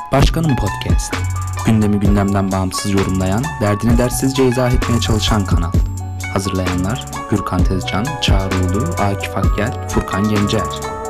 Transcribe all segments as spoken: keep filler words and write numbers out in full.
Başkanım Podcast. Gündemi gündemden bağımsız yorumlayan, derdini dertsizce izah etmeye çalışan kanal. Hazırlayanlar Gürkan Tezcan, Çağrı Ulu, Akif Akgel, Furkan Gencer.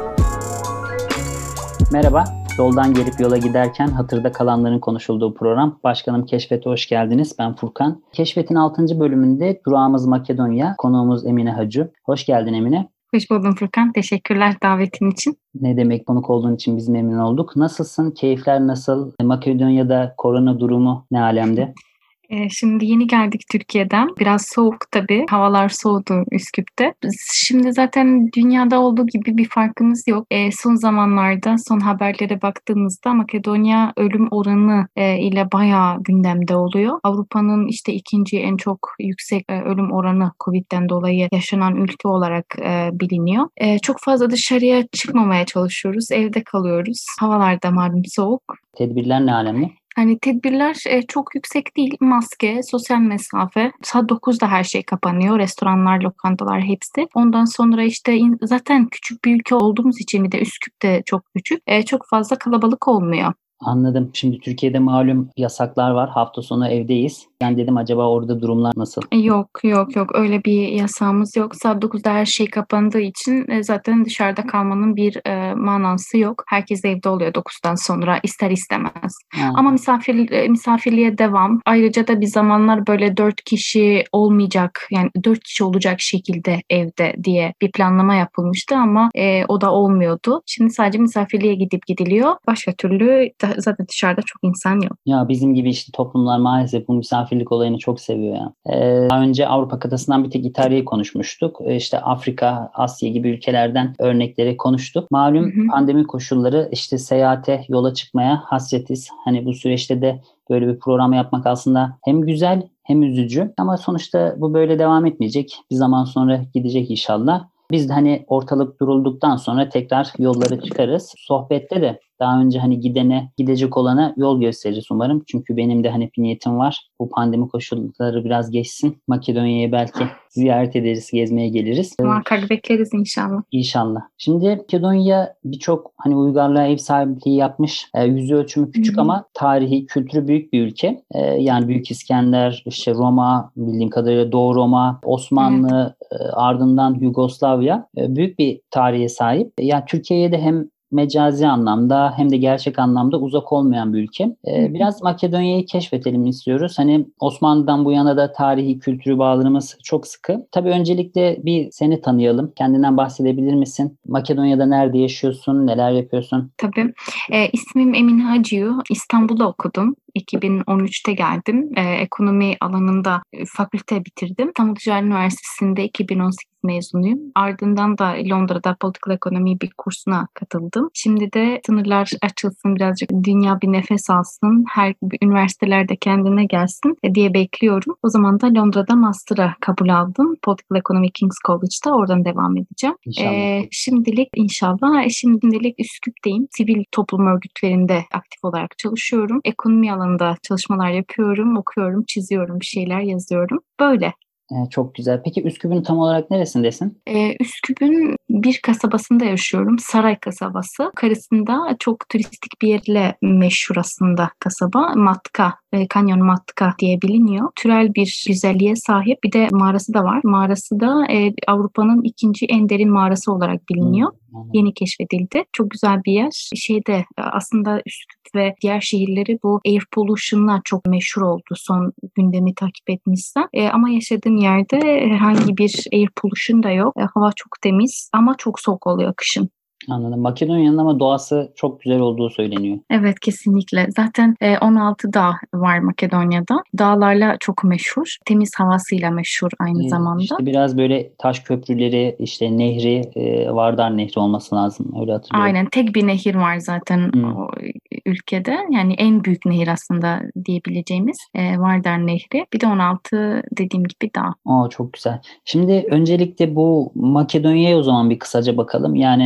Merhaba, yoldan gelip yola giderken hatırda kalanların konuşulduğu program Başkanım Keşfet'e hoş geldiniz. Ben Furkan. Keşfet'in altıncı bölümünde durağımız Makedonya, konuğumuz Emine Hacı. Hoş geldin Emine. Hoş buldum Furkan. Teşekkürler davetin için. Ne demek, konuk olduğun için biz memnun olduk. Nasılsın? Keyifler nasıl? Makedonya'da korona durumu ne alemde? Ee, şimdi yeni geldik Türkiye'den. Biraz soğuk tabii. Havalar soğudu Üsküp'te. Şimdi zaten dünyada olduğu gibi bir farkımız yok. Ee, son zamanlarda son haberlere baktığımızda Makedonya ölüm oranı e, ile bayağı gündemde oluyor. Avrupa'nın işte ikinci en çok yüksek e, ölüm oranı Covid'den dolayı yaşanan ülke olarak e, biliniyor. E, çok fazla dışarıya çıkmamaya çalışıyoruz. Evde kalıyoruz. Havalar da malum soğuk. Tedbirler ne alemde? Hani tedbirler e, çok yüksek değil. Maske, sosyal mesafe. Saat dokuzda her şey kapanıyor. Restoranlar, lokantalar hepsi. Ondan sonra işte in, zaten küçük bir ülke olduğumuz için bir de Üsküp de çok küçük. E, çok fazla kalabalık olmuyor. Anladım. Şimdi Türkiye'de malum yasaklar var. Hafta sonu evdeyiz. Ben dedim acaba orada durumlar nasıl? Yok yok yok öyle bir yasağımız yok. Saat dokuzda her şey kapandığı için e, zaten dışarıda kalmanın bir e, manası yok. Herkes evde oluyor dokuzdan sonra ister istemez. Ha. Ama misafir e, misafirliğe devam. Ayrıca da bir zamanlar böyle dört kişi olmayacak, yani dört kişi olacak şekilde evde diye bir planlama yapılmıştı ama e, o da olmuyordu. Şimdi sadece misafirliğe gidip gidiliyor. Başka türlü da, zaten dışarıda çok insan yok. Ya bizim gibi işte toplumlar maalesef bu misafirlik olayını çok seviyor ya. Ee, daha önce Avrupa kıtasından bir tek İtalya'yı konuşmuştuk. Ee, işte Afrika, Asya gibi ülkelerden örnekleri konuştuk. Malum Hı hı. pandemi koşulları işte seyahate, yola çıkmaya hasretiz. Hani bu süreçte de böyle bir program yapmak aslında hem güzel hem üzücü. Ama sonuçta bu böyle devam etmeyecek. Bir zaman sonra gidecek inşallah. Biz de hani ortalık durulduktan sonra tekrar yollara çıkarız. Sohbette de daha önce hani gidene, gidecek olana yol gösteririz umarım. Çünkü benim de hani bir niyetim var. Bu pandemi koşulları biraz geçsin. Makedonya'yı belki ziyaret ederiz, gezmeye geliriz. Muhakkak bekleriz inşallah. İnşallah. Şimdi Makedonya birçok hani uygarlığa ev sahipliği yapmış. E, yüz ölçümü küçük Hı hı. ama tarihi, kültürü büyük bir ülke. E, yani Büyük İskender, işte Roma, bildiğim kadarıyla Doğu Roma, Osmanlı, evet. e, ardından Yugoslavya e, büyük bir tarihe sahip. E, yani Türkiye'ye de hem mecazi anlamda hem de gerçek anlamda uzak olmayan bir ülke. Ee, biraz Makedonya'yı keşfedelim istiyoruz. Hani Osmanlı'dan bu yana da tarihi, kültürü bağlarımız çok sıkı. Tabii öncelikle bir seni tanıyalım. Kendinden bahsedebilir misin? Makedonya'da nerede yaşıyorsun? Neler yapıyorsun? Tabii. E, ismim Emine Hacı. İstanbul'da okudum. iki bin on üçte geldim. E, ekonomi alanında e, fakülte bitirdim. İstanbul Ticaret Üniversitesi'nde iki bin on sekiz mezunuyum. Ardından da Londra'da Political Economy bir kursuna katıldım. Şimdi de sınırlar açılsın, birazcık dünya bir nefes alsın, her üniversitelerde kendine gelsin diye bekliyorum. O zaman da Londra'da master'a kabul aldım. Political Economy King's College'da, oradan devam edeceğim. İnşallah. Ee, şimdilik inşallah, şimdilik Üsküp'teyim. Sivil toplum örgütlerinde aktif olarak çalışıyorum. Ekonomi alanında çalışmalar yapıyorum, okuyorum, çiziyorum, bir şeyler yazıyorum. Böyle. Ee, çok güzel. Peki Üsküp'ün tam olarak neresindesin? Ee, Üsküp'ün bir kasabasında yaşıyorum. Saray kasabası. Karısında çok turistik bir yerle meşhur aslında kasaba. Matka, e, Kanyon Matka diye biliniyor. Türel bir güzelliğe sahip. Bir de mağarası da var. Mağarası da e, Avrupa'nın ikinci en derin mağarası olarak biliniyor. Hmm. Yeni keşfedildi. Çok güzel bir yer. Şeyde aslında Üsküp ve diğer şehirleri bu air pollution'la çok meşhur oldu, son gündemi takip etmişsen. E, ama yaşadığım yerde herhangi bir air pollution da yok. E, hava çok temiz ama çok soğuk oluyor kışın. Anladım. Makedonya'nın ama doğası çok güzel olduğu söyleniyor. Evet, kesinlikle. Zaten on altı dağ var Makedonya'da. Dağlarla çok meşhur. Temiz havasıyla meşhur aynı Ee, zamanda. İşte biraz böyle taş köprüleri, işte nehri, e, Vardar Nehri olması lazım. Öyle hatırlıyorum. Aynen. Tek bir nehir var zaten hmm. o ülkede. Yani en büyük nehir aslında diyebileceğimiz e, Vardar Nehri. Bir de on altı dediğim gibi dağ. Aa, çok güzel. Şimdi öncelikle bu Makedonya'ya o zaman bir kısaca bakalım. Yani hani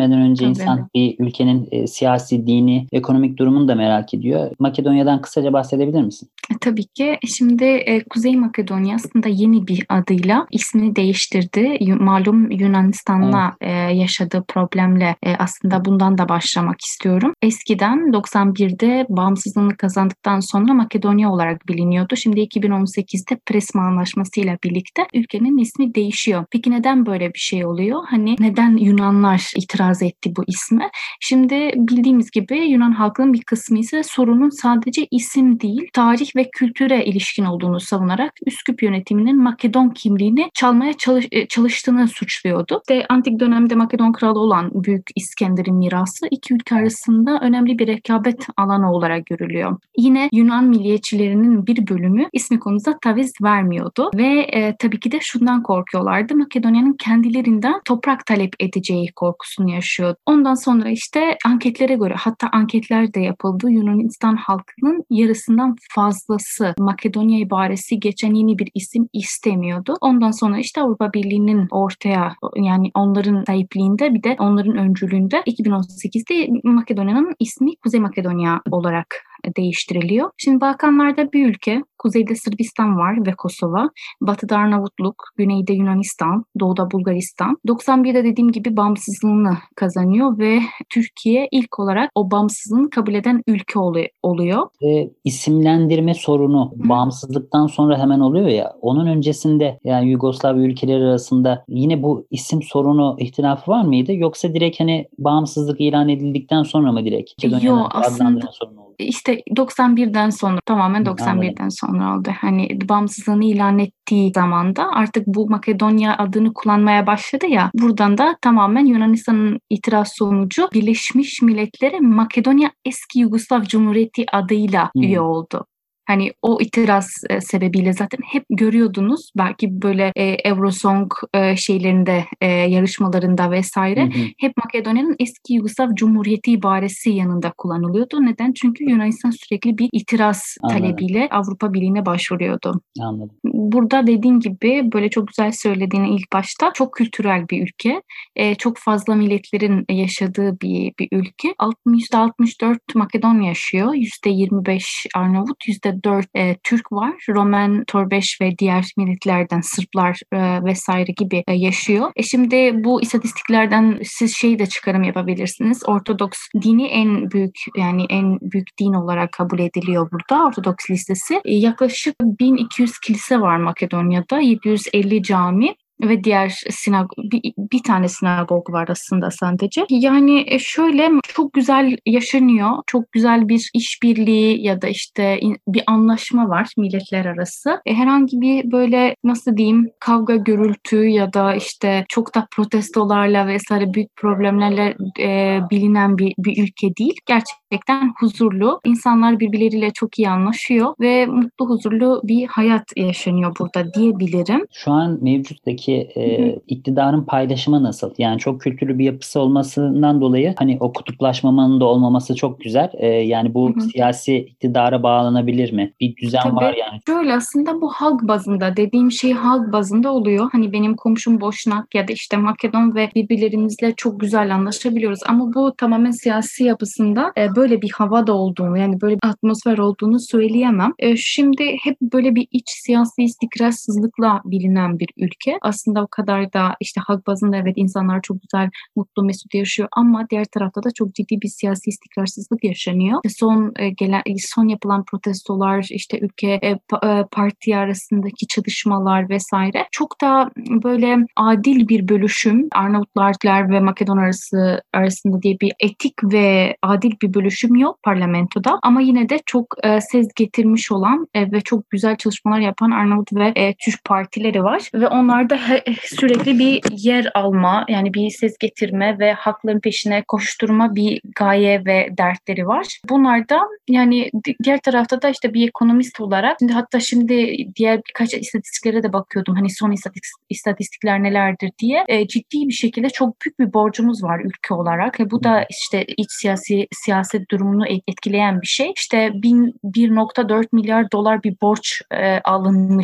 gelmeden önce Tabii. insan bir ülkenin e, siyasi, dini, ekonomik durumunu da merak ediyor. Makedonya'dan kısaca bahsedebilir misin? E, tabii ki. Şimdi e, Kuzey Makedonya aslında yeni bir adıyla ismini değiştirdi. Y- Malum Yunanistan'la e, yaşadığı problemle e, aslında bundan da başlamak istiyorum. Eskiden doksan birde bağımsızlığını kazandıktan sonra Makedonya olarak biliniyordu. Şimdi iki bin on sekizde Prespa Anlaşması ile birlikte ülkenin ismi değişiyor. Peki neden böyle bir şey oluyor? Hani neden Yunanlar itiraz etti bu isme? Şimdi bildiğimiz gibi Yunan halkının bir kısmı ise sorunun sadece isim değil, tarih ve kültüre ilişkin olduğunu savunarak Üsküp yönetiminin Makedon kimliğini çalmaya çalış- çalıştığını suçluyordu. De antik dönemde Makedon kralı olan Büyük İskender'in mirası iki ülke arasında önemli bir rekabet alanı olarak görülüyor. Yine Yunan milliyetçilerinin bir bölümü ismi konusunda taviz vermiyordu ve e, tabii ki de şundan korkuyorlardı. Makedonya'nın kendilerinden toprak talep edeceği korkusunu yaşıyordu. Ondan sonra işte anketlere göre, hatta anketler de yapıldı. Yunanistan halkının yarısından fazlası Makedonya ibaresi geçen yeni bir isim istemiyordu. Ondan sonra işte Avrupa Birliği'nin ortaya, yani onların sahipliğinde, bir de onların öncülüğünde iki bin on sekizde Makedonya'nın ismi Kuzey Makedonya olarak değiştiriliyor. Şimdi Balkanlarda bir ülke, kuzeyde Sırbistan var ve Kosova, batıda Arnavutluk, güneyde Yunanistan, doğuda Bulgaristan. doksan birde dediğim gibi bağımsızlığını kazanıyor ve Türkiye ilk olarak o bağımsızlığını kabul eden ülke oluyor. E, isimlendirme sorunu Hı. bağımsızlıktan sonra hemen oluyor ya. Onun öncesinde yani Yugoslavya ülkeleri arasında yine bu isim sorunu ihtilafı var mıydı? Yoksa direkt hani bağımsızlık ilan edildikten sonra mı direkt Makedonya'nın Yo, aslında adlandırma sorunu oldu? İşte doksan birden sonra, tamamen Hı, doksan birden anladım. sonra oldu. Hani bağımsızlığını ilan ettiği zamanda artık bu Makedonya adını kullanmaya başladı ya. Buradan da tamamen Yunanistan'ın itiraz sonucu Birleşmiş Milletler'e Makedonya Eski Yugoslav Cumhuriyeti adıyla Hı. üye oldu. Hani o itiraz e, sebebiyle zaten hep görüyordunuz. Belki böyle e, Eurosong e, şeylerinde, e, yarışmalarında vesaire Hı hı. hep Makedonya'nın Eski Yugoslav Cumhuriyeti ibaresi yanında kullanılıyordu. Neden? Çünkü Yunanistan sürekli bir itiraz Anladım. talebiyle Avrupa Birliği'ne başvuruyordu. Anladım. Burada dediğin gibi, böyle çok güzel söylediğini ilk başta, çok kültürel bir ülke. E, çok fazla milletlerin yaşadığı bir, bir ülke. yüzde altmış dört Makedon yaşıyor. yüzde yirmi beş Arnavut, yüzde dört e, Türk var. Romen, Torbeş ve diğer milletlerden Sırplar e, vesaire gibi e, yaşıyor. E şimdi bu istatistiklerden siz şeyi de çıkarım yapabilirsiniz. Ortodoks dini en büyük, yani en büyük din olarak kabul ediliyor burada. Ortodoks listesi. E, yaklaşık bin iki yüz kilise var Makedonya'da. yedi yüz elli cami ve diğer sinagog, bir, bir tane sinagog var aslında sadece. Yani şöyle, çok güzel yaşanıyor. Çok güzel bir işbirliği ya da işte bir anlaşma var milletler arası. E, herhangi bir böyle, nasıl diyeyim, kavga, gürültü ya da işte çok da protestolarla vesaire büyük problemlerle e, bilinen bir, bir ülke değil. Gerçekten huzurlu. İnsanlar birbirleriyle çok iyi anlaşıyor ve mutlu, huzurlu bir hayat yaşanıyor burada diyebilirim. Şu an mevcuttaki e, iktidarın paylaşımı nasıl? Yani çok kültürlü bir yapısı olmasından dolayı hani o kutuplaşmamanın da olmaması çok güzel. E, yani bu Hı hı. siyasi iktidara bağlanabilir mi? Bir düzen Tabii. var yani. Şöyle, aslında bu halk bazında, dediğim şey halk bazında oluyor. Hani benim komşum Boşnak ya da işte Makedon ve birbirlerimizle çok güzel anlaşabiliyoruz. Ama bu tamamen siyasi yapısında e, böyle bir hava da olduğunu, yani böyle bir atmosfer olduğunu söyleyemem. E, şimdi hep böyle bir iç siyasi istikrarsızlıkla bilinen bir ülke. Aslında o kadar da işte halk bazında evet insanlar çok güzel, mutlu, mesut yaşıyor ama diğer tarafta da çok ciddi bir siyasi istikrarsızlık yaşanıyor. E, son e, gelen son yapılan protestolar, işte ülke e, pa, e, parti arasındaki çatışmalar vesaire, çok da böyle adil bir bölüşüm, Arnavutlar ve Makedon arası arasında diye bir etik ve adil bir bölüşüm yok parlamentoda, ama yine de çok e, ses getirmiş olan e, ve çok güzel çalışmalar yapan Arnavut ve e, Türk partileri var ve onlarda he, sürekli bir yer alma, yani bir ses getirme ve hakların peşine koşturma bir gaye ve dertleri var. Bunlar da, yani diğer tarafta da işte bir ekonomist olarak, şimdi hatta şimdi diğer birkaç istatistiklere de bakıyordum, hani son istatistikler nelerdir diye. E, ciddi bir şekilde çok büyük bir borcumuz var ülke olarak. E, bu da işte iç siyasi siyaset durumunu etkileyen bir şey. İşte bir nokta dört milyar dolar bir borç e, alınmış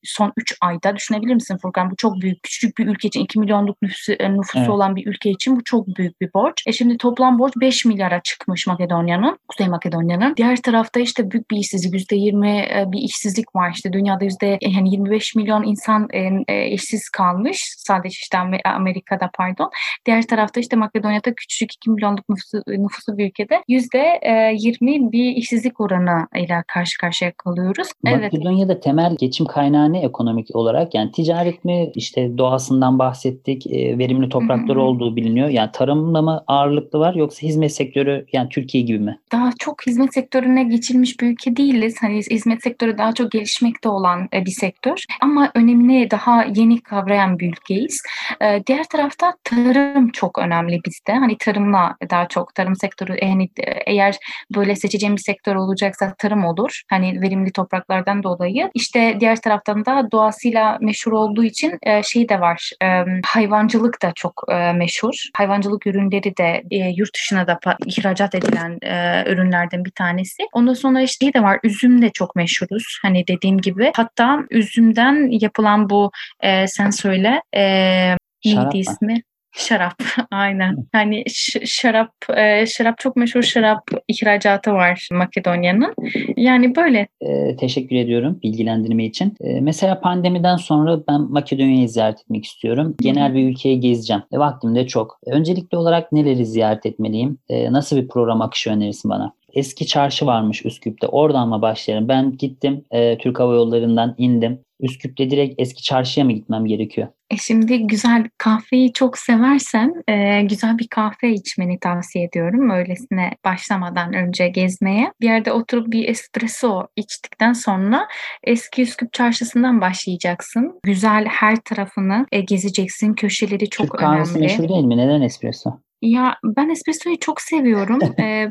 son üç ayda düşünebilir misin Furkan? Bu çok büyük. Küçük bir ülke için iki milyonluk nüfusu, nüfusu Evet. olan bir ülke için bu çok büyük bir borç. E şimdi toplam borç beş milyara çıkmış Makedonya'nın, Kuzey Makedonya'nın. Diğer tarafta işte büyük bir işsizlik, yüzde yirmi bir işsizlik var. İşte dünyada yüzde yani yirmi beş milyon insan e, işsiz kalmış. Sadece işte Amerika'da pardon. Diğer tarafta işte Makedonya'da küçük iki milyonluk nüfusu, nüfusu bir ülkede yüzde yirmi bir işsizlik oranı ile karşı karşıya kalıyoruz. Evet. Makedonya'da temel geçim kaynağı ne ekonomik olarak? Yani ticaret mi? İşte doğasından bahsettik. E, verimli toprakları olduğu biliniyor. Yani tarımla mı ağırlıklı var yoksa hizmet sektörü yani Türkiye gibi mi? Daha çok hizmet sektörüne geçilmiş bir ülke değiliz. Hani hizmet sektörü daha çok gelişmekte olan bir sektör. Ama önemini daha yeni kavrayan bir ülkeyiz. Diğer tarafta tarım çok önemli bizde. Hani tarımla daha çok tarım sektörü yani eğer böyle seçeceğim bir sektör olacaksa tarım olur. Hani verimli topraklardan dolayı. İşte diğer taraftan da doğasıyla meşhur olduğu için şey de var. Hayvancılık da çok meşhur. Hayvancılık ürünleri de yurt dışına da ihracat edilen ürünlerden bir tanesi. Ondan sonra işte şey de var. Üzüm de çok meşhuruz. Hani dediğim gibi. Hatta üzümden yapılan bu e, sen söyle e, Şarap neydi mı? ismi? Şarap. Aynen. Hani şarap e, şarap çok meşhur şarap ihracatı var Makedonya'nın. Yani böyle. E, teşekkür ediyorum bilgilendirme için. E, mesela pandemiden sonra ben Makedonya'yı ziyaret etmek istiyorum. Genel Hı-hı. bir ülkeye gezeceğim. E, vaktim de çok. E, öncelikli olarak neleri ziyaret etmeliyim? E, nasıl bir program akışı önerirsin bana? Eski çarşı varmış Üsküp'te. Oradan mı başlayalım? Ben gittim. E, Türk Hava Yolları'ndan indim. Üsküp'te direkt eski çarşıya mı gitmem gerekiyor? E şimdi güzel kahveyi çok seversen e, güzel bir kahve içmeni tavsiye ediyorum. Öylesine başlamadan önce gezmeye. Bir yerde oturup bir espresso içtikten sonra eski Üsküp çarşısından başlayacaksın. Güzel her tarafını e, gezeceksin. Köşeleri çok Türk kahvesi önemli. meşhur değil mi? Neden espresso? Ya ben espressoyu çok seviyorum. ee,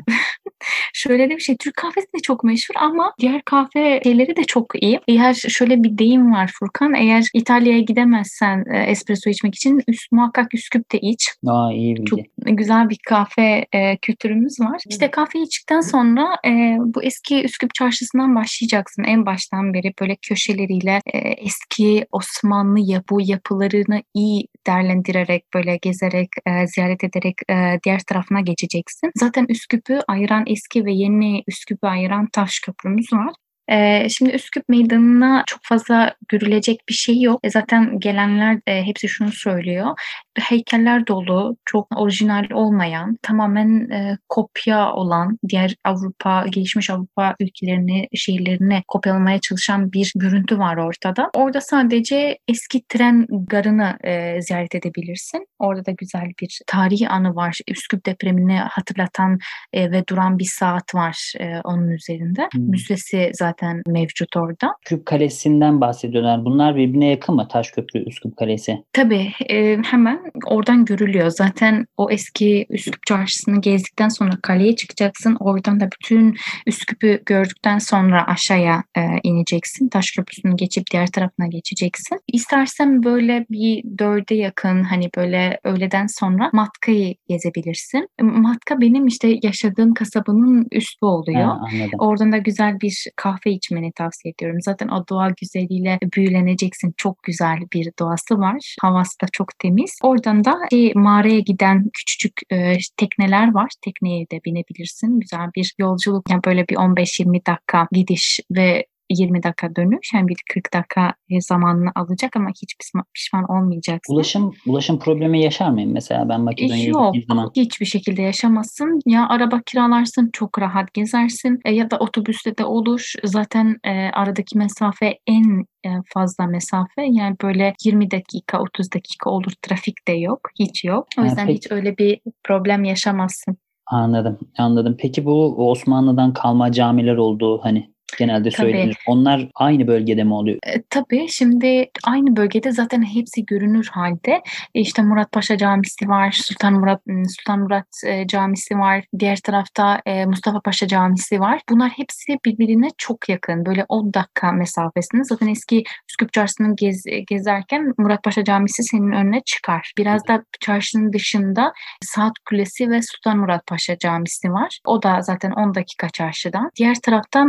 şöyle de bir şey, Türk kahvesi de çok meşhur ama diğer kahve şeyleri de çok iyi. Eğer şöyle bir deyim var Furkan, eğer İtalya'ya gidemezsen e, espresso içmek için üst, muhakkak Üsküp'te iç. Aa, iyi bilgi. Çok güzel bir kahve e, kültürümüz var. İşte kahve içtikten sonra e, bu eski Üsküp çarşısından başlayacaksın. En baştan beri böyle köşeleriyle e, eski Osmanlı yapı yapılarını iyi değerlendirerek, böyle gezerek, e, ziyaret ederek e, diğer tarafına geçeceksin. Zaten Üsküp'ü ayıran eski ve yeni Üsküp'ü ayıran taş köprümüz var. Ee, şimdi Üsküp Meydanı'na çok fazla görülecek bir şey yok. E zaten gelenler e, hepsi şunu söylüyor. Heykeller dolu, çok orijinal olmayan, tamamen e, kopya olan, diğer Avrupa, gelişmiş Avrupa ülkelerini, şehirlerini kopyalamaya çalışan bir görüntü var ortada. Orada sadece eski tren garını e, ziyaret edebilirsin. Orada da güzel bir tarihi anı var. Üsküp depremini hatırlatan e, ve duran bir saat var e, onun üzerinde. Hmm. Müzesi zaten zaten mevcut orada. Üsküp Kalesi'nden bahsediyorlar. Bunlar birbirine yakın mı? Taşköprü, Üsküp Kalesi. Tabii e, hemen oradan görülüyor. Zaten o eski Üsküp çarşısını gezdikten sonra kaleye çıkacaksın. Oradan da bütün Üsküp'ü gördükten sonra aşağıya e, ineceksin. Taşköprüsünü geçip diğer tarafına geçeceksin. İstersen böyle bir dörde yakın hani böyle öğleden sonra Matka'yı gezebilirsin. Matka benim işte yaşadığım kasabanın üstü oluyor. Ha, anladım. Oradan da güzel bir kahve içmeni tavsiye ediyorum. Zaten o doğa güzelliğiyle büyüleneceksin. Çok güzel bir doğası var. Havası da çok temiz. Oradan da e, mağaraya giden küçücük e, tekneler var. Tekneye de binebilirsin. Güzel bir yolculuk. Yani böyle bir on beş yirmi dakika gidiş ve yirmi dakika dönüş. Yani bir kırk dakika zamanını alacak ama hiç pişman olmayacaksın. Ulaşım ulaşım problemi yaşar mıyım? Mesela ben Makedonya'ya gittiğim zaman. Yok. Hiçbir şekilde yaşamazsın. Ya araba kiralarsın, çok rahat gezersin e, ya da otobüste de olur. Zaten e, aradaki mesafe en e, fazla mesafe. Yani böyle yirmi dakika, otuz dakika olur. Trafik de yok. Hiç yok. O yüzden ha, hiç öyle bir problem yaşamazsın. Anladım. Anladım. Peki bu Osmanlı'dan kalma camiler olduğu hani genelde söylenir. Tabii. Onlar aynı bölgede mi oluyor? E, tabii şimdi aynı bölgede zaten hepsi görünür halde. E, işte Muratpaşa Camisi var, Sultan Murat Sultan Murat e, Camisi var. Diğer tarafta e, Mustafa Paşa Camisi var. Bunlar hepsi birbirine çok yakın. Böyle on dakika mesafesinde. Zaten eski Üsküp Çarşısı'nı gez, gezerken Muratpaşa Camisi senin önüne çıkar. Biraz da çarşının dışında Saat Kulesi ve Sultan Murat Paşa Camisi var. O da zaten on dakika çarşıdan. Diğer tarafta Mustafa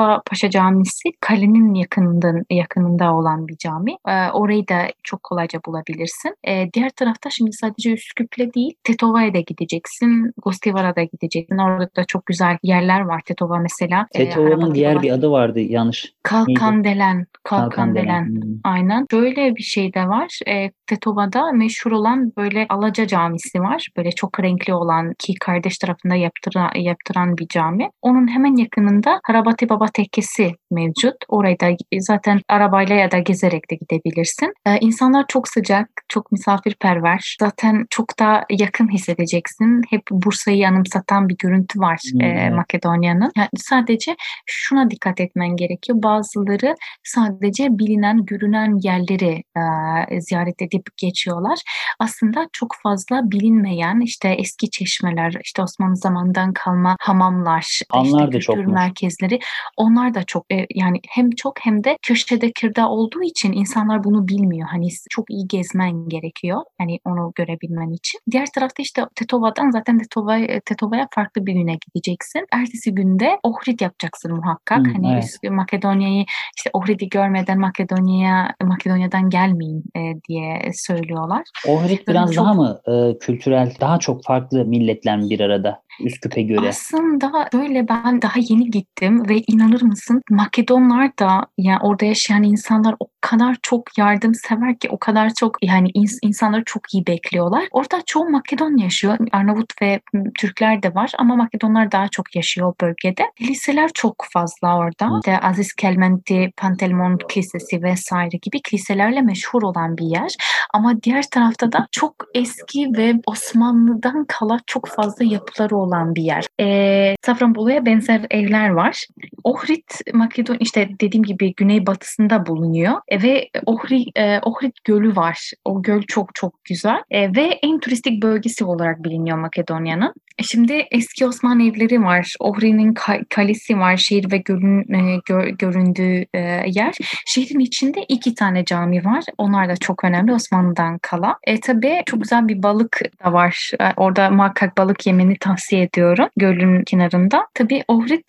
Mustafa Paşa Camisi kalenin yakınında, yakınında olan bir cami. E, orayı da çok kolayca bulabilirsin. E, diğer tarafta şimdi sadece Üsküp'le değil, Tetova'ya da gideceksin. Gostivar'a da gideceksin. Orada da çok güzel yerler var. Tetova mesela. Tetova'nın E, diğer bir adı vardı yanlış. Kalkandelen. Kalkandelen. Kalkandelen. Hmm. Aynen. Şöyle bir şey de var. E, Tetova'da meşhur olan böyle Alaca Camisi var. Böyle çok renkli olan ki kardeş tarafında yaptıran, yaptıran bir cami. Onun hemen yakınında Harabati Baba Tekkesi mevcut. Orayı da zaten arabayla ya da gezerek de gidebilirsin. E, insanlar çok sıcak, çok misafirperver. Zaten çok da yakın hissedeceksin. Hep Bursa'yı anımsatan bir görüntü var Hmm, e, evet. Makedonya'nın. Yani sadece şuna dikkat etmen gerekiyor. Bazıları sadece bilinen, görünen yerleri e, ziyaret edip geçiyorlar. Aslında çok fazla bilinmeyen işte eski çeşmeler, işte Osmanlı zamanından kalma hamamlar, Hamamlar işte da kültür çokmuş. merkezleri, onlar da çok e, yani hem çok hem de köşede kırda olduğu için insanlar bunu bilmiyor. Hani çok iyi gezmen gerekiyor. Yani onu görebilmen için. Diğer tarafta işte Tetova'dan zaten Tetova, Tetova'ya farklı bir güne gideceksin. Ertesi günde Ohrid yapacaksın muhakkak. Hmm, hani evet. Makedonya'yı işte Ohrid'i görmeden Makedonya'ya Makedonya'dan gelmeyin e, diye söylüyorlar. Ohrid biraz Çok daha mı e, kültürel, daha çok farklı milletler bir arada Üsküp'e göre? Aslında böyle ben daha yeni gittim ve inanır mısın Makedonlar da yani orada yaşayan insanlar o kadar çok yardımsever ki o kadar çok yani ins- insanları çok iyi bekliyorlar. Orada çoğu Makedon yaşıyor. Arnavut ve Türkler de var ama Makedonlar daha çok yaşıyor o bölgede. Kiliseler çok fazla orada. Hı. İşte Aziz Kelmenti, Pantelmon Kilisesi vesaire gibi kiliselerle meşhur olan bir yer. Ama diğer tarafta da çok eski ve Osmanlı'dan kalan çok fazla yapıları olan bir yer. E, Safranbolu'ya benzer evler var. Ohrid, Makedon işte dediğim gibi güneybatısında bulunuyor e, ve Ohrid, e, Ohrid Gölü var. O göl çok çok güzel e, ve en turistik bölgesi olarak biliniyor Makedonya'nın. E, şimdi eski Osmanlı evleri var. Ohrid'in ka- kalesi var. Şehir ve gölün e, gö- göründüğü e, yer. Şehrin içinde iki tane cami var. Onlar da çok önemli Osmanlı'dan kalan. E, tabii çok güzel bir balık da var. E, orada muhakkak balık yemeni tavsiye ediyorum. Gölün kenarında. Tabii Ohrid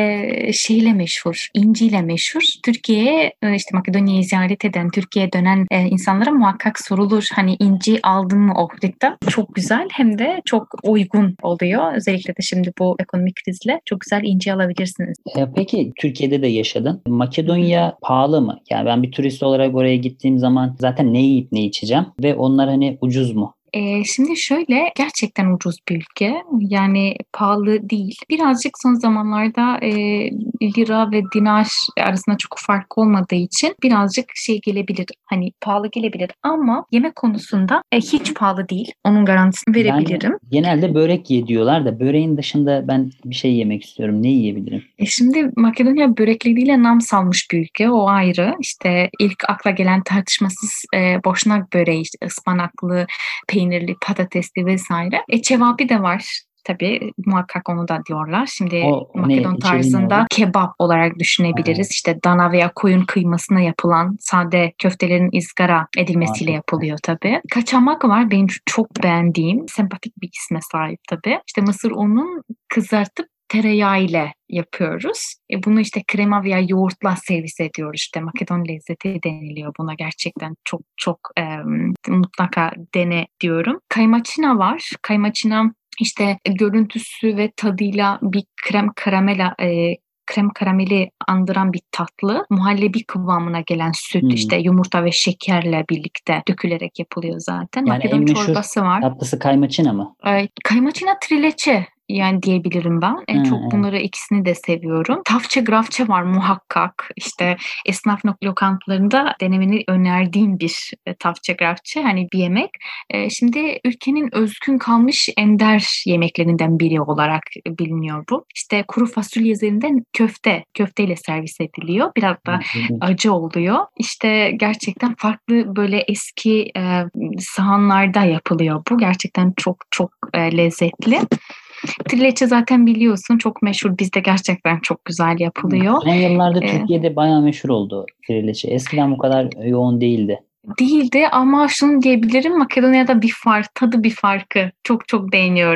e, şeyle meşhur. İnciyle meşhur. Türkiye'ye e, işte Makedonya'yı ziyaret eden, Türkiye'ye dönen e, insanlara muhakkak sorulur. Hani inci aldın mı Ohrid'den? Çok güzel hem de çok uygun oluyor. Özellikle de şimdi bu ekonomik krizle çok güzel inci alabilirsiniz. E, peki Türkiye'de de yaşadın. Makedonya pahalı mı? Yani ben bir turist olarak oraya gittiğim zaman zaten ne yiyip ne içeceğim ve onlar hani ucuz mu? Ee, şimdi şöyle gerçekten ucuz bir ülke yani pahalı değil. Birazcık son zamanlarda e, lira ve dinar arasında çok fark olmadığı için birazcık şey gelebilir hani pahalı gelebilir ama yemek konusunda e, hiç pahalı değil. Onun garantisini verebilirim. Yani genelde börek ye diyorlar da böreğin dışında ben bir şey yemek istiyorum. Ne yiyebilirim? E şimdi Makedonya börekleriyle nam salmış bir ülke. O ayrı. İşte ilk akla gelen tartışmasız e, boşnak böreği, işte ıspanaklı, peynirli, patatesli vesaire. E, cevapi de var. Tabii muhakkak onu da diyorlar. Şimdi O ne Makedon içeriği ne tarzında oluyor? kebap olarak düşünebiliriz. Ha, İşte dana veya koyun kıymasına yapılan sade köftelerin ızgara aa, edilmesiyle çok yapılıyor tabii. Kaçamak var benim çok beğendiğim. Sempatik bir isme sahip tabii. İşte mısır unun kızartıp tereyağı ile yapıyoruz. E bunu işte krema veya yoğurtla servis ediyoruz. İşte Makedon lezzeti deniliyor buna gerçekten çok çok e, mutlaka dene diyorum. Kaymaçina var. Kaymaçina işte görüntüsü ve tadıyla bir krem karamela e, krem karameli andıran bir tatlı. Muhallebi kıvamına gelen süt hmm. işte yumurta ve şekerle birlikte dökülerek yapılıyor zaten. Yani en Makedon meşhur çorbası var. tatlısı kaymaçina mı? E, kaymaçina trileçe yani diyebilirim ben. En Ha, çok evet. bunları ikisini de seviyorum. Tavça grafça var muhakkak. İşte esnaf lokantalarında denemeni önerdiğim bir e, tavça grafça hani bir yemek. E, şimdi ülkenin özgün kalmış ender yemeklerinden biri olarak biliniyor bu. İşte kuru fasulye üzerinden köfte, köfteyle servis ediliyor. Biraz da Ha, ilginç. acı oluyor. İşte gerçekten farklı böyle eski e, sahanlarda yapılıyor bu. Gerçekten çok çok e, lezzetli. Trileçe zaten biliyorsun çok meşhur. Bizde gerçekten çok güzel yapılıyor. Son yıllarda Ee, Türkiye'de bayağı meşhur oldu trileçe. Eskiden bu kadar yoğun değildi. değildi ama şunu diyebilirim Makedonya'da bir fark, tadı bir farkı. Çok çok beğeniyorum.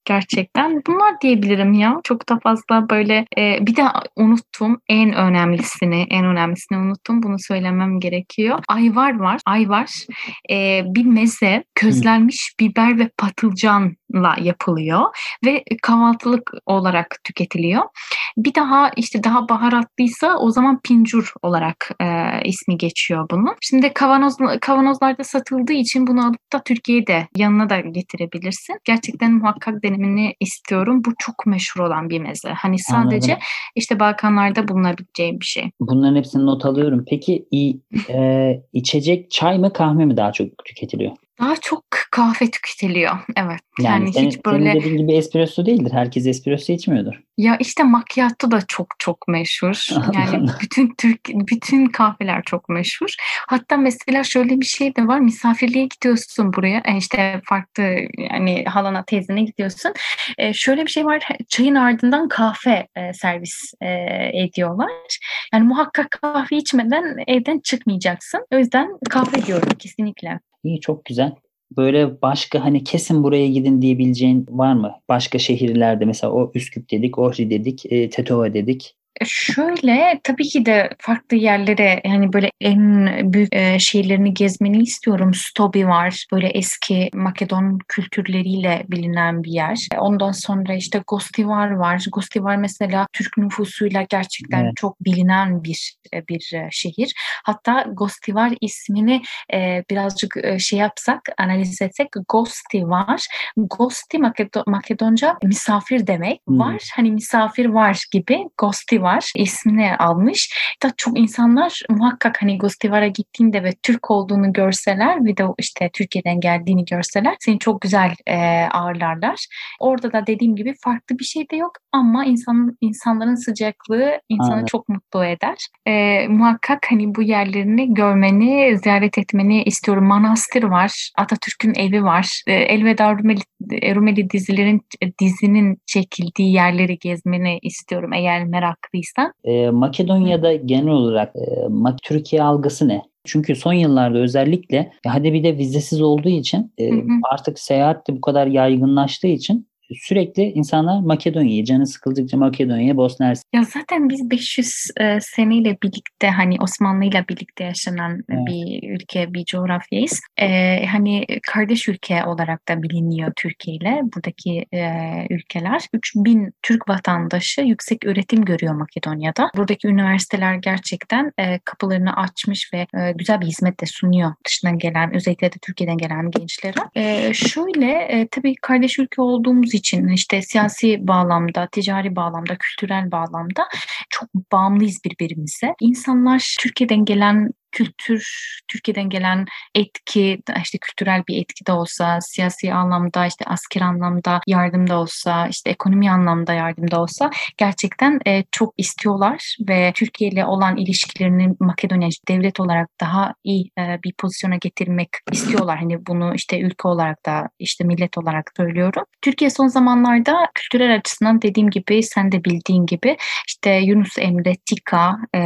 gerçekten. Bunlar diyebilirim ya. Çok da fazla böyle e, bir de unuttum en önemlisini, en önemlisini unuttum. Bunu söylemem gerekiyor. Ayvar var. Ayvar e, bir meze, közlenmiş biber ve patlıcanla yapılıyor ve kahvaltılık olarak tüketiliyor. Bir daha işte daha baharatlıysa o zaman pincur olarak e, ismi geçiyor bunun. Şimdi kavanoz kavanozlarda satıldığı için bunu alıp da Türkiye'de yanına da getirebilirsin. Gerçekten muhakkak denemeni istiyorum. Bu çok meşhur olan bir meze. Hani sadece Anladım. işte Balkanlarda bulunabileceği bir şey. Bunların hepsini not alıyorum. Peki i- e, içecek çay mı kahve mi daha çok tüketiliyor? Daha çok kahve tüketiliyor. Evet. Yani Yani senin, hiç senin böyle dediğin gibi espresso değildir. Herkes espresso içmiyordur. ya işte macchiato da çok çok meşhur. Yani bütün Türk bütün kahveler çok meşhur. Hatta mesela şöyle bir şey de var. Misafirliğe gidiyorsun buraya. E işte farklı yani halana teyzene gidiyorsun. E şöyle bir şey var. Çayın ardından kahve e, servis e, ediyorlar. Yani muhakkak kahve içmeden evden çıkmayacaksın. O yüzden kahve diyorum kesinlikle. İyi, çok güzel. Böyle başka hani kesin buraya gidin diyebileceğin var mı? Başka şehirlerde mesela o Üsküp dedik, Ohri dedik, e, Tetova dedik. E, Şöyle tabii ki de farklı yerlere yani böyle en büyük e, şehirlerini gezmeni istiyorum. Stobi var. Böyle eski Makedon kültürleriyle bilinen bir yer. E, Ondan sonra işte Gostivar var. Gostivar mesela Türk nüfusuyla gerçekten Evet. çok bilinen bir e, bir e, şehir. Hatta Gostivar ismini e, birazcık e, şey yapsak, analiz etsek Gostivar. Gosti Makedo- Makedonca misafir demek. Hmm. Var hani misafir var gibi Gostivar ismini almış. Da çok insanlar muhakkak hani Gostivar'a gittiğinde ve Türk olduğunu görseler bir de işte Türkiye'den geldiğini görseler seni çok güzel e, ağırlarlar. Orada da dediğim gibi farklı bir şey de yok ama insan insanların sıcaklığı insanı Anladım. çok mutlu eder. E, muhakkak hani bu yerlerini görmeni, ziyaret etmeni istiyorum. Manastır var, Atatürk'ün evi var. E, Elveda Rumeli, Rumeli dizilerin dizinin çekildiği yerleri gezmeni istiyorum eğer meraklıysan. E, Makedonya'da genel olarak e, Ma- Türkiye algısı ne? Çünkü son yıllarda özellikle e, hadi bir de vizesiz olduğu için e, Hı hı. artık seyahat de bu kadar yaygınlaştığı için sürekli insanlar Makedonya'ya, canı sıkıldıkça Makedonya'ya, Bosna Hersek. Ya zaten biz beş yüz e, seneyle birlikte hani Osmanlı'yla birlikte yaşanan Evet. bir ülke, bir coğrafyayız. E, hani kardeş ülke olarak da biliniyor Türkiye ile buradaki e, ülkeler. üç bin Türk vatandaşı yüksek öğretim görüyor Makedonya'da. Buradaki üniversiteler gerçekten e, kapılarını açmış ve e, güzel bir hizmet de sunuyor dışından gelen, özellikle de Türkiye'den gelen gençlere. E, şöyle e, tabii kardeş ülke olduğumuz için işte siyasi bağlamda, ticari bağlamda, kültürel bağlamda çok bağımlıyız birbirimize. İnsanlar Türkiye'den gelen kültür, Türkiye'den gelen etki, işte kültürel bir etki de olsa, siyasi anlamda, işte asker anlamda yardım da olsa, işte ekonomi anlamda yardım da olsa gerçekten e, çok istiyorlar ve Türkiye ile olan ilişkilerini Makedonya devlet olarak daha iyi e, bir pozisyona getirmek istiyorlar. Hani bunu işte ülke olarak da işte millet olarak söylüyorum. Türkiye son zamanlarda kültürel açısından dediğim gibi sen de bildiğin gibi işte Yunus Emre, TİKA, e,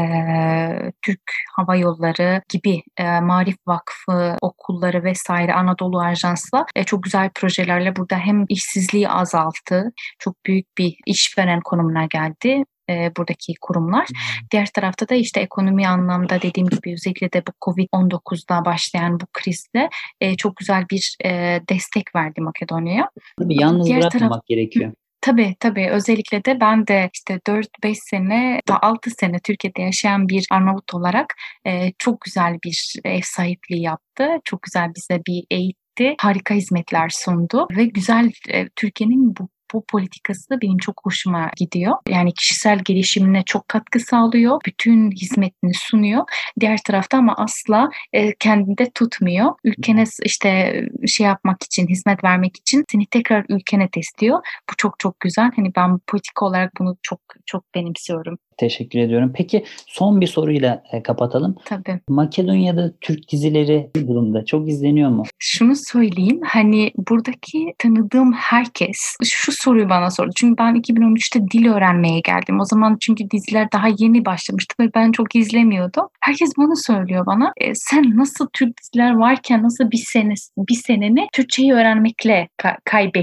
Türk Hava Yolları gibi e, Marif Vakfı okulları vesaire Anadolu Ajans'la e, çok güzel projelerle burada hem işsizliği azalttı, çok büyük bir işveren konumuna geldi e, buradaki kurumlar. Diğer tarafta da işte ekonomi anlamda dediğim gibi özellikle de bu kovid on dokuzda başlayan bu krizle e, çok güzel bir e, destek verdi Makedonya'ya. Tabii yalnız Diğer taraf bırakmamak gerekiyor. Tabii tabii özellikle de ben de işte dört beş sene hatta altı sene Türkiye'de yaşayan bir Arnavut olarak e, çok güzel bir ev sahipliği yaptı. Çok güzel bize bir eğitti. Harika hizmetler sundu ve güzel e, Türkiye'nin bu bu politikası benim çok hoşuma gidiyor. Yani kişisel gelişimine çok katkı sağlıyor. Bütün hizmetini sunuyor. Diğer tarafta ama asla e, kendinde tutmuyor. Ülkene işte şey yapmak için, hizmet vermek için seni tekrar ülkene istiyor. Bu çok çok güzel. Hani ben politika olarak bunu çok çok benimsiyorum. Teşekkür ediyorum. Peki son bir soruyla e, kapatalım. Tabii. Makedonya'da Türk dizileri ne durumda? Çok izleniyor mu? Şunu söyleyeyim, hani buradaki tanıdığım herkes şu soruyu bana sordu. Çünkü ben iki bin on üçte dil öğrenmeye geldim. O zaman çünkü diziler daha yeni başlamıştı ve ben çok izlemiyordum. Herkes bunu söylüyor bana. E, sen nasıl Türk diziler varken nasıl bir sene bir seneni Türkçeyi öğrenmekle ka- kaybettin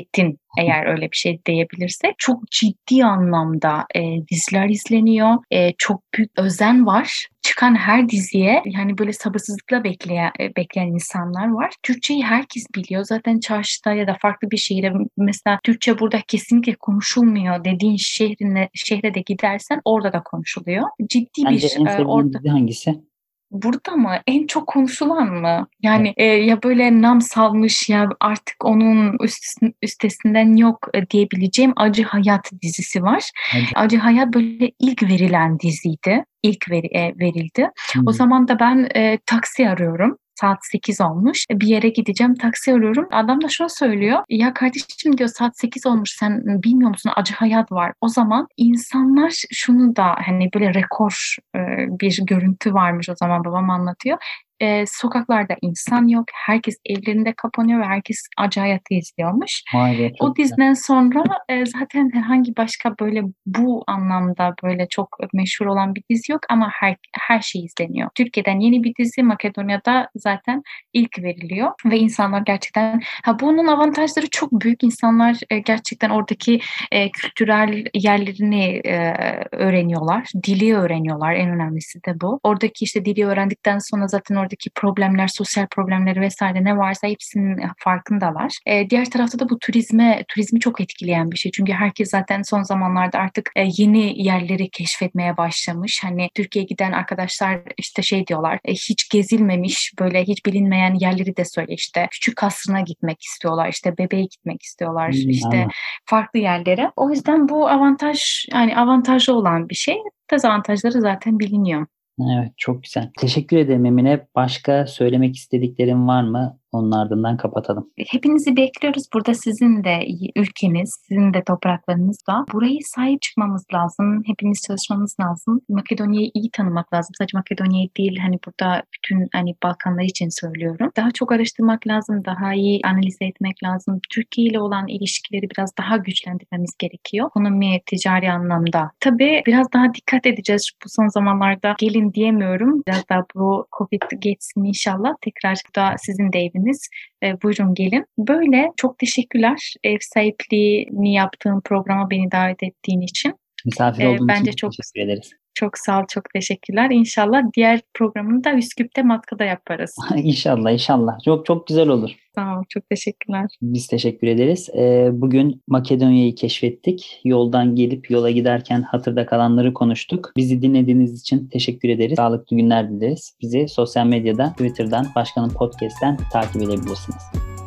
eğer öyle bir şey diyebilirsek. Çok ciddi anlamda e, diziler izleniyor. E, çok büyük özen var. Çıkan her diziye yani böyle sabırsızlıkla bekleyen, bekleyen insanlar var. Türkçeyi herkes biliyor. Zaten çarşıda ya da farklı bir şehire, mesela Türkçe burada kesinlikle konuşulmuyor dediğin şehrine, şehre de gidersen orada da konuşuluyor. Ciddi Bence bir en e, sevdiğin orada. dizi hangisi? Burada mı? En çok konuşulan mı? Yani e, ya böyle nam salmış ya artık onun üst- üstesinden yok e, diyebileceğim Acı Hayat dizisi var. Hadi. Acı Hayat böyle ilk verilen diziydi. İlk veri, e, verildi. Hmm. O zaman da ben e, taksi arıyorum. Saat sekiz olmuş. Bir yere gideceğim, taksi arıyorum. Adam da şunu söylüyor. Ya kardeşim diyor, saat sekiz olmuş, sen bilmiyor musun Acı Hayat var. O zaman insanlar şunu da hani böyle rekor e, bir görüntü varmış o zaman, babam anlatıyor. Ee, sokaklarda insan yok. Herkes evlerinde kapanıyor ve herkes Acı Hayat'ı izliyormuş. Vay be, çok O diziden sonra e, zaten herhangi başka böyle bu anlamda böyle çok meşhur olan bir dizi yok ama her, her şey izleniyor. Türkiye'den yeni bir dizi Makedonya'da zaten ilk veriliyor ve insanlar gerçekten, ha bunun avantajları çok büyük. İnsanlar e, gerçekten oradaki e, kültürel yerlerini e, öğreniyorlar. Dili öğreniyorlar. En önemlisi de bu. Oradaki işte dili öğrendikten sonra zaten oradaki problemler, sosyal problemleri vesaire ne varsa hepsinin farkındalar. E, diğer tarafta da bu turizme, turizmi çok etkileyen bir şey. Çünkü herkes zaten son zamanlarda artık e, yeni yerleri keşfetmeye başlamış. Hani Türkiye'ye giden arkadaşlar işte şey diyorlar, e, hiç gezilmemiş, böyle hiç bilinmeyen yerleri de söyle, işte Küçük Kasrı'na gitmek istiyorlar, işte Bebe'ye gitmek istiyorlar, Hmm, işte anladım. farklı yerlere. O yüzden bu avantaj, yani avantajlı olan bir şey. Dezavantajları zaten biliniyor. Evet, çok güzel. Teşekkür ederim Emine. Başka söylemek istediklerin var mı? Onun ardından kapatalım. Hepinizi bekliyoruz. Burada sizin de ülkeniz, sizin de topraklarınız var. Burayı sahip çıkmamız lazım. Hepimiz çalışmamız lazım. Makedonya'yı iyi tanımak lazım. Sadece Makedonya'yı değil, hani burada bütün hani Balkanlar için söylüyorum. Daha çok araştırmak lazım. Daha iyi analiz etmek lazım. Türkiye ile olan ilişkileri biraz daha güçlendirmemiz gerekiyor. Ekonomi, ticari anlamda. Tabii biraz daha dikkat edeceğiz. Bu son zamanlarda gelin diyemiyorum. Biraz daha bu Covid geçsin inşallah. Tekrar da sizin de eviniz. E, buyurun gelin. Böyle çok teşekkürler ev sahipliğini yaptığın programa beni davet ettiğin için. Misafir E, olduğun bence için çok teşekkür ederiz. çok sağ ol, çok teşekkürler. İnşallah diğer programını da Üsküp'te, Matka'da yaparız. İnşallah, inşallah. Çok çok güzel olur. Sağ ol, çok teşekkürler. Biz teşekkür ederiz. Ee, bugün Makedonya'yı keşfettik. Yoldan gelip yola giderken hatırda kalanları konuştuk. Bizi dinlediğiniz için teşekkür ederiz. Sağlıklı günler dileriz. Bizi sosyal medyada, Twitter'dan, Başkanın Podcast'ten takip edebilirsiniz.